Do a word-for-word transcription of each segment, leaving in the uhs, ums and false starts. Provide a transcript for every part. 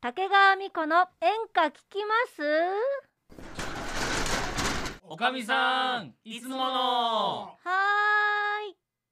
竹川美子の演歌聞きます。 おかみさんいつもの。 はーい。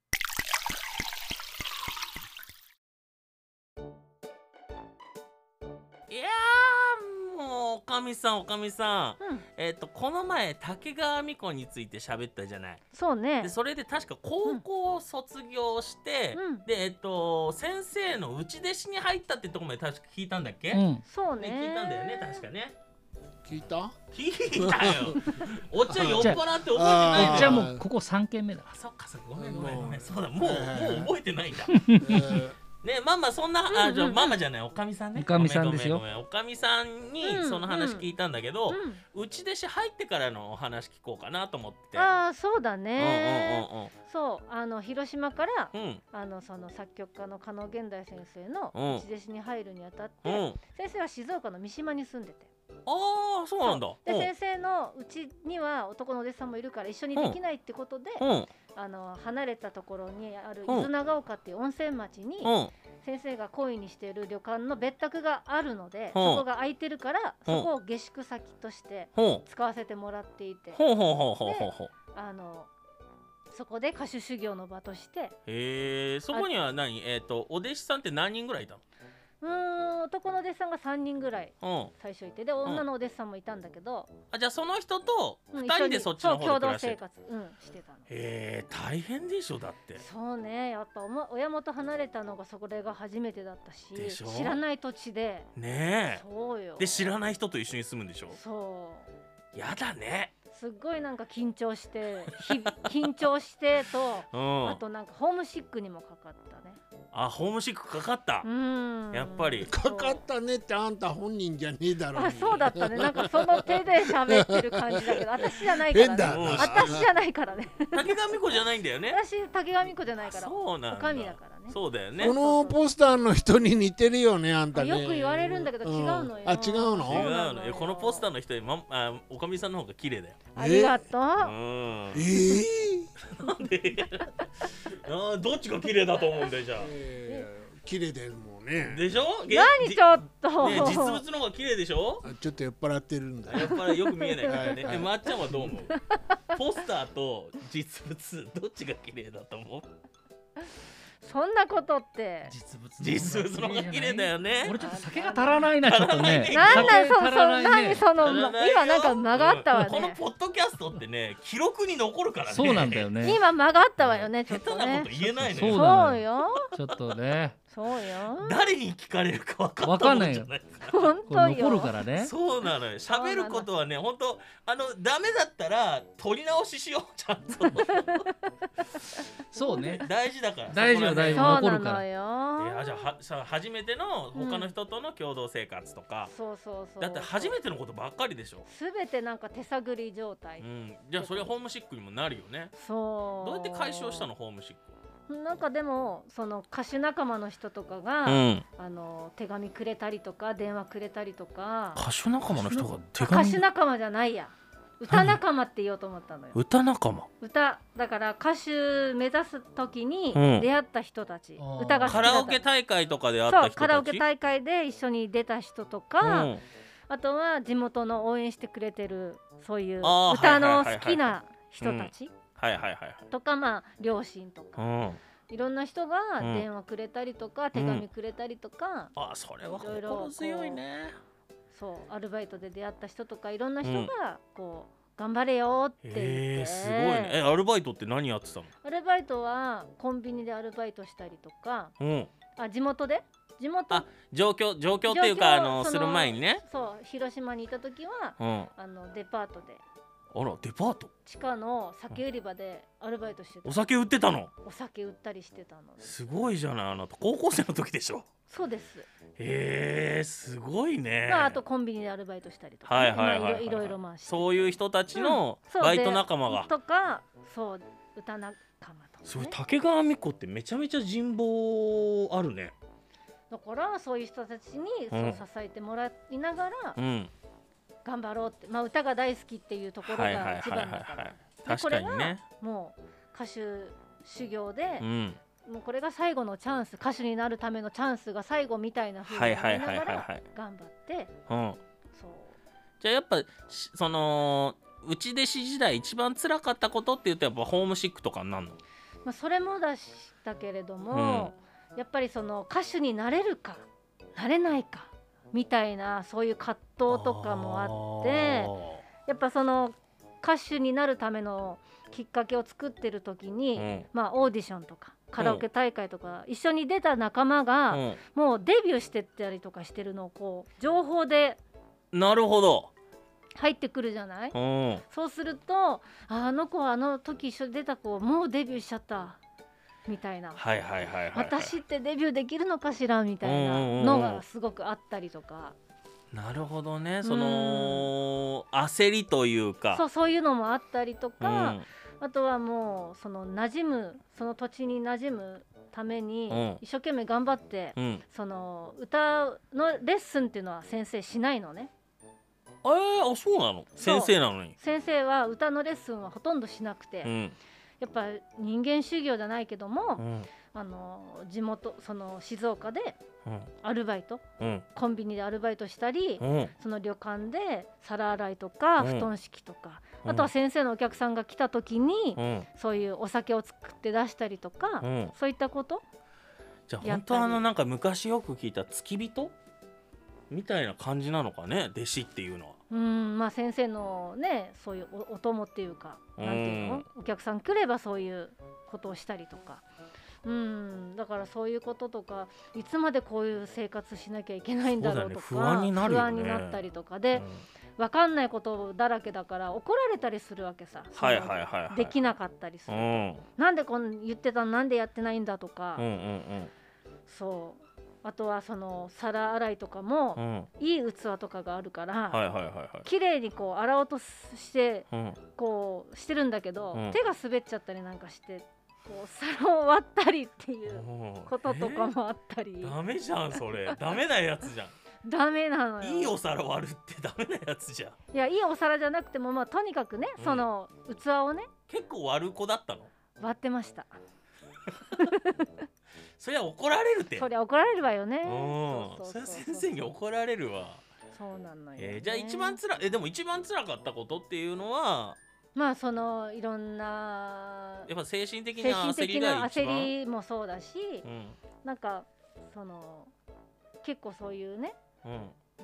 いやーもうおかみさんおかみさん、うん、えっ、ー、とこの前竹川美子について喋ったじゃない。 そうね。 でそれで確か高校を卒業して、うん、でえっ、ー、と先生の内弟子に入ったってとこまで確か聞いたんだっけ、うん、 そうね。 聞いたんだよね確かね。 聞いた聞いたよおっちゃん酔っ払って覚えてないの。 じゃあもうここさんけんめだ。 あそっかそっか、ごめんごめんごめん。そうだ、もう、えー、もう覚えてないんだ、えーね、ママそんな、あ、じゃあママじゃない、おかみさんね。 おかみさんですよ。 おかみさんにその話聞いたんだけど、内弟子入ってからのお話聞こうかなと思って。 ああ、そうだね。そう、あの広島から、うん、あのその作曲家の加納源大先生の内弟子に入るにあたって、うん、先生は静岡の三島に住んでて。 ああ、そうなんだ。 で、先生のうちには男のお弟子さんもいるから一緒にできないってことで、うん、あの離れたところにある伊豆長岡っていう温泉町に、うん、先生が懇意にしている旅館の別宅があるので、うん、そこが空いてるから、うん、そこを下宿先として使わせてもらっていて、で、あのそこで歌手修行の場として。 へえ、そこには何、えーと、お弟子さんって何人ぐらいいたの？ うーん、男のお弟子さんがさんにんぐらい最初いて、で女のお弟子さんもいたんだけど、 あ、じゃあその人とふたりでそっちの方で暮らして共同生活、うん、してたの。 へえ、大変でしょ。だってそうね、やっぱ親元離れたのがそれが初めてだったし、知らない土地でねえ、そうよ。 で知らない人と一緒に住むんでしょ。 そう、 やだね。 すっごいなんか緊張して緊張してと、うん、あとなんかホームシックにもかかったね。 あ、ホームシックかかった。うん、やっぱりかかったねって、あんた本人じゃねえだろう、ね。 あ、そうだったね。なんかその手で喋ってる感じだけど、私じゃないからね。私じゃないからね。 竹川美子じゃないんだよね。 私竹川美子じゃないから。 そうなんだ。 おかみだからね。 そうだよね。 このポスターの人に似てるよね、あんたね。 よく言われるんだけど違うのよ。 あ、違うの？ 違うの。このポスターの人よりまあおかみさんの方が綺麗だよ。 ありがとう。 ええ。 なんで？あ、どっちが綺麗だと思うんだよじゃあ。 綺麗ですもんね。 でしょ？ 何ちょっと、 ね、実物の方が綺麗でしょ？ ちょっと酔っ払ってるんだ。 酔っ払いよく見えないからね。え、まっちゃんはどう思う？ポスターと実物どっちが綺麗だと思う？ そんなことって実物の方が綺麗だよね。 俺ちょっと酒が足らないな、ちょっとね。 なんなん、その何その今なんか間があったわね。 このポッドキャストってね、記録に残るからね。 そうなんだよね。 今間があったわよね、ちょっとね。 下手なこと言えないのよ。 そうよ。 ちょっとね。 そうよ。 誰に聞かれるか分かんないじゃないですか。 本当よ。 残るからね。 そうなのよ。喋ることはね、本当あのダメだったら取り直ししよう、ちゃんと。 そうね。 大事だから。 大事よ大事。残るから。 いや、じゃあさ、初めての他の人との共同生活とか。 そうそうそう。 だって初めてのことばっかりでしょ。 すべてなんか手探り状態。 うん。じゃあそれはホームシックにもなるよね。 そう。 どうやって解消したの、ホームシック？ なんかでもその歌手仲間の人とかが、うん、あの手紙くれたりとか電話くれたりとか。 歌手仲間の人が手紙？ 歌手仲間じゃないや、歌仲間って言おうと思ったのよ。 歌仲間？歌だから歌手目指す時に出会った人たち、うん、歌が好きだった。 カラオケ大会とかで会った人たち。そう、 カラオケ大会で一緒に出た人とか、うん、あとは地元の応援してくれてるそういう歌の好きな人たちとか、まあ両親とか、うん、いろんな人が電話くれたりとか、うん、手紙くれたりとか、 うん、あ、それは心強いね。 そう、アルバイトで出会った人とかいろんな人がこう、うん、頑張れよって言って、 えー、すごいね。え、アルバイトって何やってたの？ アルバイトはコンビニでアルバイトしたりとか、うん、あ、地元で地元あ状況状況っていうか、あのする前にね。 そう、広島にいた時は、うん、あのデパートで。 あら、デパート？ 地下の酒売り場でアルバイトしてた。 お酒売ってたの？ お酒売ったりしてたの。 すごいじゃない。あなた高校生の時でしょ？ そうです。 へえ、すごいね。 まあ、あとコンビニでアルバイトしたりとか、 はいはいはい、 いろいろまあそういう人たちのバイト仲間が、 うん、とか、そう歌仲間とか、ね、 すごい。竹川美子ってめちゃめちゃ人望あるね。 だからそういう人たちにそう支えてもらいながら、うん、頑張ろうって、まあ、歌が大好きっていうところが一番だから。 確かにね。 もう歌手修行で、うん、 もうこれが最後のチャンス、歌手になるためのチャンスが最後みたいな風に思いながら頑張って、うん、 そうじゃあやっぱその内弟子時代一番辛かったことって言うとやっぱホームシックとかになるの？ まあ、それもだしたけれども、うん、やっぱりその歌手になれるかなれないかみたいなそういう葛藤とかもあって、やっぱその歌手になるためのきっかけを作ってる時に、うん、まあオーディションとかカラオケ大会とか、うん、一緒に出た仲間が、うん、もうデビューしてったりとかしてるのをこう情報でなるほど入ってくるじゃない、うん、そうすると あ, あの子はあの時一緒に出た子もうデビューしちゃったみたいな、 はいはいはいはいはい、 私ってデビューできるのかしらみたいなのがすごくあったりとか。 なるほどね、その、うん、焦りというかそう、そういうのもあったりとか、うん、あとはもうその馴染むその土地に馴染むために一生懸命頑張って、うん、その歌のレッスンっていうのは先生しないのね。 えー、あ、そうなの？先生なのに先生は歌のレッスンはほとんどしなくて、うん、やっぱ人間修行じゃないけども、うん、あの地元その静岡でアルバイト、うん、コンビニでアルバイトしたり、うん、その旅館で皿洗いとか、うん、布団敷きとか、うん、あとは先生のお客さんが来た時に、うん、そういうお酒を作って出したりとか、うん、そういったこと。 じゃあ本当あのなんか昔よく聞いた付き人みたいな感じなのかね、弟子っていうのは。 うん、まあ先生のねそういう お, お供っていうか、なんていうの、お客さん来ればそういうことをしたりとか、うん、だからそういうこととか、いつまでこういう生活しなきゃいけないんだろうとか、 不安になるよね、 不安になったりとかで、うん、分かんないことだらけだから怒られたりするわけさ、 はいはいはいはい、 できなかったりする、うん、なんでこん言ってたのなんでやってないんだとか、うんうんうん、そうあとはその皿洗いとかも、うん、いい器とかがあるから、はいはいはいはい、綺麗にこう洗おうとして、うん、こうしてるんだけど、うん、手が滑っちゃったりなんかしてこう皿を割ったりっていうこととかもあったり、 えー、ダメじゃんそれダメなやつじゃんダメなのよ。 いいお皿割るってダメなやつじゃん。 いやいいお皿じゃなくても、まあ、とにかくね、うん、その器をね結構割る子だったの？ 割ってましたそりゃ怒られるって。 そりゃ怒られるわよね。 そりゃ先生に怒られるわ。 そうなのよ、ね、 えー、じゃあ一番つらえでも一番辛かったことっていうのは、 まあそのいろんなやっぱ精神的な焦りが一番、 焦りもそうだし、うん、なんかその結構そういうね、うん、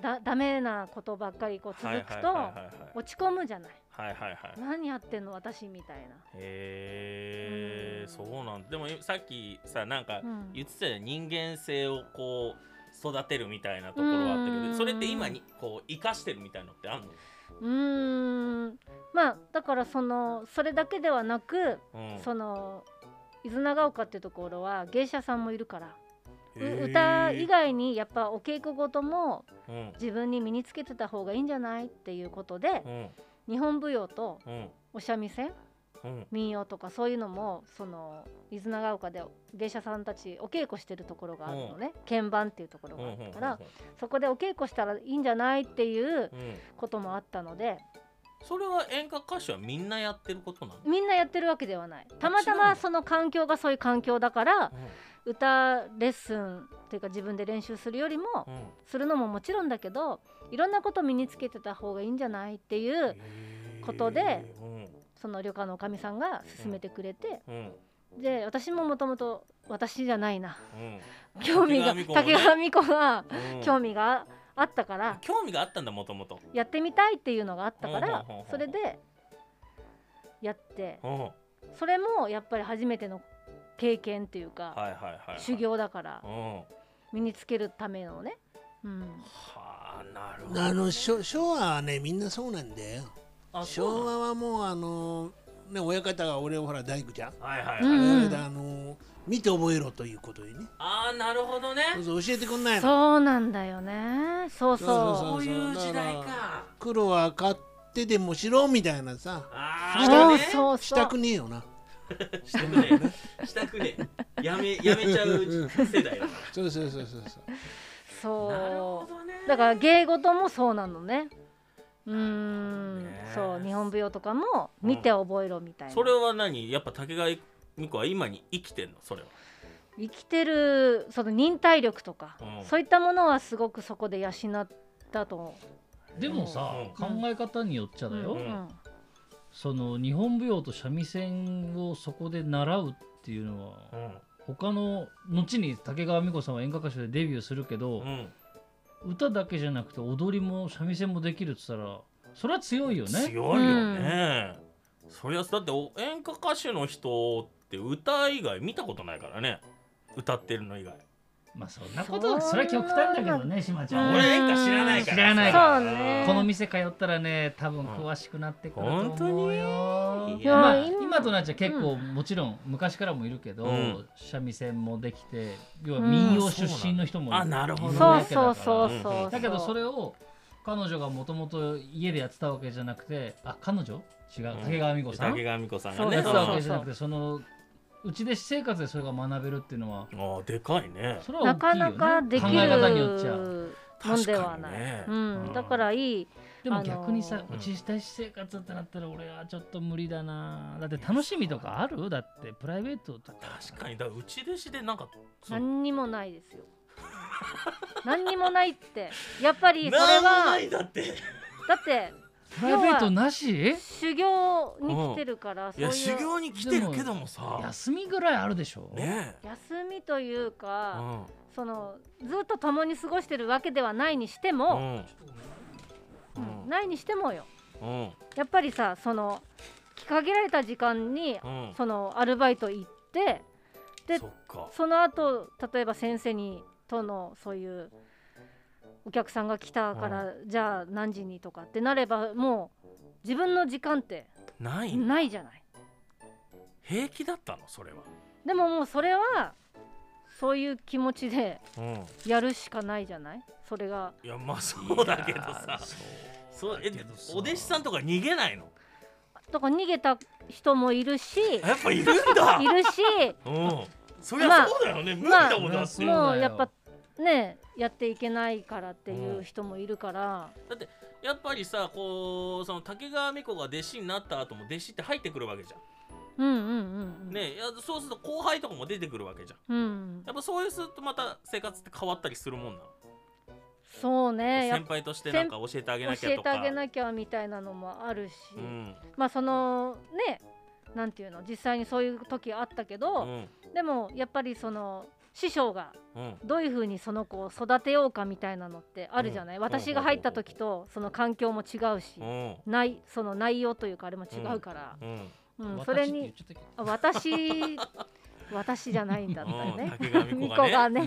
だダメなことばっかりこう続くと落ち込むじゃない。はいはいはい、何やってんの私みたいな。 へえ、うん、そうなんだ。でもさっきさなんか言ってたよ、うん、人間性をこう育てるみたいなところはあったけど、それって今にこう生かしてるみたいなのってあるの？ うーん、まあだからそのそれだけではなく、うん、その伊豆長岡ってところは芸者さんもいるから、歌以外にやっぱお稽古事も自分に身につけてた方がいいんじゃないっていうことで、うん、日本舞踊とお三味線、うん、民謡とかそういうのもその伊豆長岡で芸者さんたちお稽古してるところがあるのね、うん、鍵盤っていうところがあるから、うん、そこでお稽古したらいいんじゃないっていうこともあったので、 それは演歌歌手はみんなやってることなの？ みんなやってるわけではない。たまたまその環境がそういう環境だから、うん、歌レッスンっていうか自分で練習するよりも、うん、するのももちろんだけど、いろんなこと身につけてた方がいいんじゃないっていうことで、うん、その旅館のおかみさんが勧めてくれて、うんうん、で私ももともと私じゃないな、うん、興味が竹川美子が興味があったから、 興味があったんだ、もともとやってみたいっていうのがあったから、それでやって、それもやっぱり初めての経験っていうか、はいはいはいはい、修行だから、身につけるためのね、うん、 はあ、なるほど。あの昭和はねみんなそうなんだよ。昭和はもうあのね、親方が俺はほら大工じゃん、はいはいはい、うん、あの見て覚えろということでね。 ああ、なるほどね。 そうそう、教えてくんないの。 そうなんだよね。そうそう、 そういう時代か。 黒は買ってでもしろみたいなさ、 あしたね、 そうそうしたくねえよな。 したくねえしたくねえやめやめちゃう世代だからそうそうそうそうそうそう。 なるほどね。 だから芸事もそうなのね。うーん、そう日本舞踊とかも見て覚えろみたいな、 うん、それは何やっぱ竹川美子は今に生きてんの？それは生きてるその忍耐力とか、うん、そういったものはすごくそこで養ったと思う。でもさ、うん、考え方によっちゃだよ、うん、その日本舞踊と三味線をそこで習うっていうのは、うん、他の後に竹川美子さんは演歌歌手でデビューするけど、うん、歌だけじゃなくて踊りも三味線もできるって言ったらそれは強いよね。 強いよね、うん、そりゃだって演歌歌手の人って歌以外見たことないからね、歌ってるの以外。 まあそんなことはそれは極端だけどね、しまちゃん。 俺演歌知らないから。 知らないから。そうね。この店通ったらね、多分詳しくなってくると思うよ。いや、まあ今となっちゃ結構もちろん昔からもいるけど、三味線もできて、要は民謡出身の人もいる。 あ、なるほど。 そうそうそうそう。 だけどそれを彼女がもともと家でやってたわけじゃなくて、あ、彼女？違う。竹川美子さん。 竹川美子さんがね。 やってたわけじゃなくて、そのうちで私生活でそれが学べるっていうのは、 あ、でかいね。 それは大きいよね。 なかなかできる考え方によっちゃもんではない、ね、うん、だからいい。 でも逆にさ、あのー、うちで私生活ってなったら俺はちょっと無理だな。だって楽しみとかある？だってプライベートとか。 確かに、だからうち弟子でなんか何にもないですよ。何にもないってやっぱりそれは何もないだってだってプライベートなし？ 修行に来てるから、うん、 そういういや修行に来てるけどもさ、 休みぐらいあるでしょ、 ね、 休みというか、うん、そのずっと共に過ごしてるわけではないにしても、うんうん、ないにしてもよ、うん、やっぱりさ、その限られた時間に、うん、そのアルバイト行ってで そ, その後例えば先生にとのそういうお客さんが来たから、うん、じゃあ何時にとかってなればもう自分の時間ってないないじゃない。 平気だったのそれは。 でももうそれはそういう気持ちでやるしかないじゃない、うん、それが。 いやまあそうだけどさ、そうえお弟子さんとか逃げないの？ とか逃げた人もいるし、 やっぱいるんだいるし、 うん、そりゃそうだよね、まあ、無理だもんだって、 まあ、もうやっぱねやっていけないからっていう人もいるから、 うん、だってやっぱりさ、こうその竹川美子が弟子になった後も弟子って入ってくるわけじゃん。 うんうんうんうん、 ね、いやそうすると後輩とかも出てくるわけじゃん、うん、やっぱそういうするとまた生活って変わったりするもんなの？ そうね、 先輩としてなんか教えてあげなきゃとか、 教えてあげなきゃみたいなのもあるし、うん、まあそのね、なんていうの、実際にそういう時あったけど、うん、でもやっぱりその師匠がどういうふうにその子を育てようかみたいなのってあるじゃない、うん、私が入った時とその環境も違うし、うん、ないその内容というかあれも違うから、うんうんうん、それに私私じゃないんだったよね、 竹川美子がね、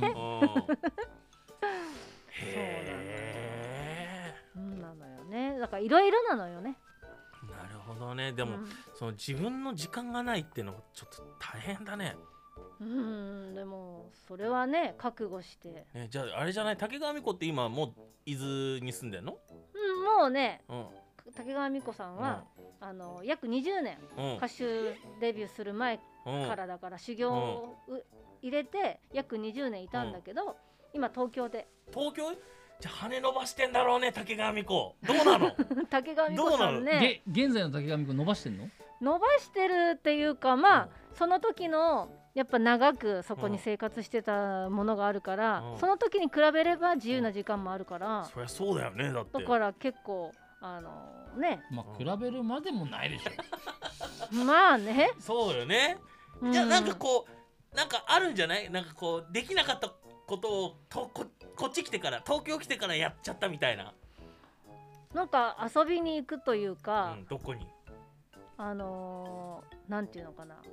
へえ、そうなのよね。だからいろいろなのよね。 なるほどね。でも、うん、その自分の時間がないっていうのはちょっと大変だね。 うん、でもそれはね覚悟して、 ね、じゃああれじゃない、竹川美子って今もう伊豆に住んでんの？ うん、もうね、うん、竹川美子さんは、うん、あの約にじゅうねん、うん、歌手デビューする前からだから、うん、修行を入れて約にじゅうねんいたんだけど、うん、今東京で。 東京？じゃあ羽伸ばしてんだろうね、竹川美子。どうなの？ 竹川美子さんね、 現在の竹川美子伸ばしてんの？ 伸ばしてるっていうか、まあ、うん、その時のやっぱ長くそこに生活してたものがあるから、うん、その時に比べれば自由な時間もあるから、うん、 そりゃそうだよね。だってだから結構あのね、 まあ比べるまでもないでしょ。まあね、 そうよね、うん、いやなんかこうなんかあるんじゃない、なんかこうできなかったことをと こ, こっち来てから東京来てからやっちゃったみたいな、 なんか遊びに行くというか、 うん、どこにあのー、なんていうのかな、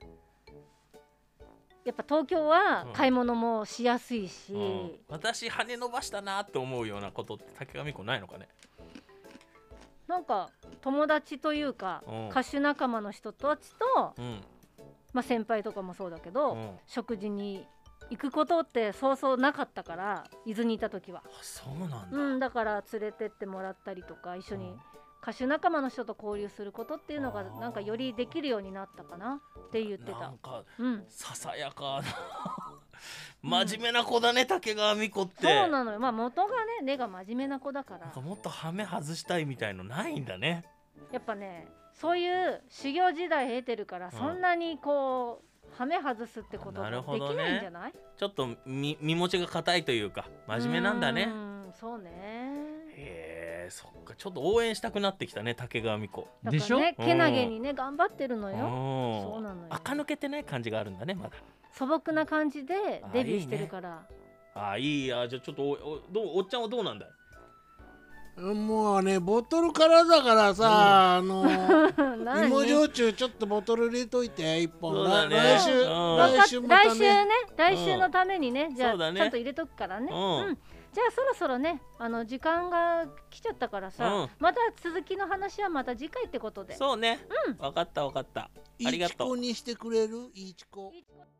やっぱ東京は買い物もしやすいし、うんうん、 私羽伸ばしたなって思うようなことって竹川美子ないのかね。 なんか友達というか、うん、歌手仲間の人たちと、うん、まあ、先輩とかもそうだけど、うん、食事に行くことってそうそうなかったから、伊豆にいた時は。 あ、そうなんだ、 うん、だから連れてってもらったりとか、一緒に歌手仲間の人と交流することっていうのがなんかよりできるようになったかなって言ってた。 なんか、うん、ささやかな真面目な子だね、うん、竹川美子って。 そうなのよ。まあ元がね、根が真面目な子だから。 なんかもっとハメ外したいみたいのないんだね。 やっぱね、そういう修行時代経てるから、そんなにこうはめ外すってことができないんじゃない？ ね、ちょっと身持ちが硬いというか真面目なんだね。うん、そうね。 へえ、そっか、ちょっと応援したくなってきたね、竹川美子。 でしょ？けなげにね頑張ってるのよ。そうなのよ。 垢抜けてない感じがあるんだね、まだ。 素朴な感じでデビューしてるから。 ああ、いいや。じゃあちょっと お, お, どうおっちゃんはどうなんだい？ もうね、ボトルからだからさ、うん、あの芋焼酎ちょっとボトル入れといて一本。 ね、 来週、うん、来週も来週ね、来週のためにね、うん、じゃあ、ね、ちゃんと入れとくからね。うん、うん、じゃあそろそろね、あの時間が来ちゃったからさ、うん、また続きの話はまた次回ってことで。 そうね。うん。分かった分かった。ありがとう。 いちこにしてくれる？いちこ。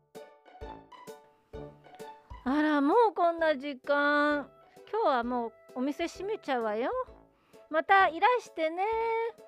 あら、もうこんな時間。今日はもうお店閉めちゃうわよ。またいらしてね。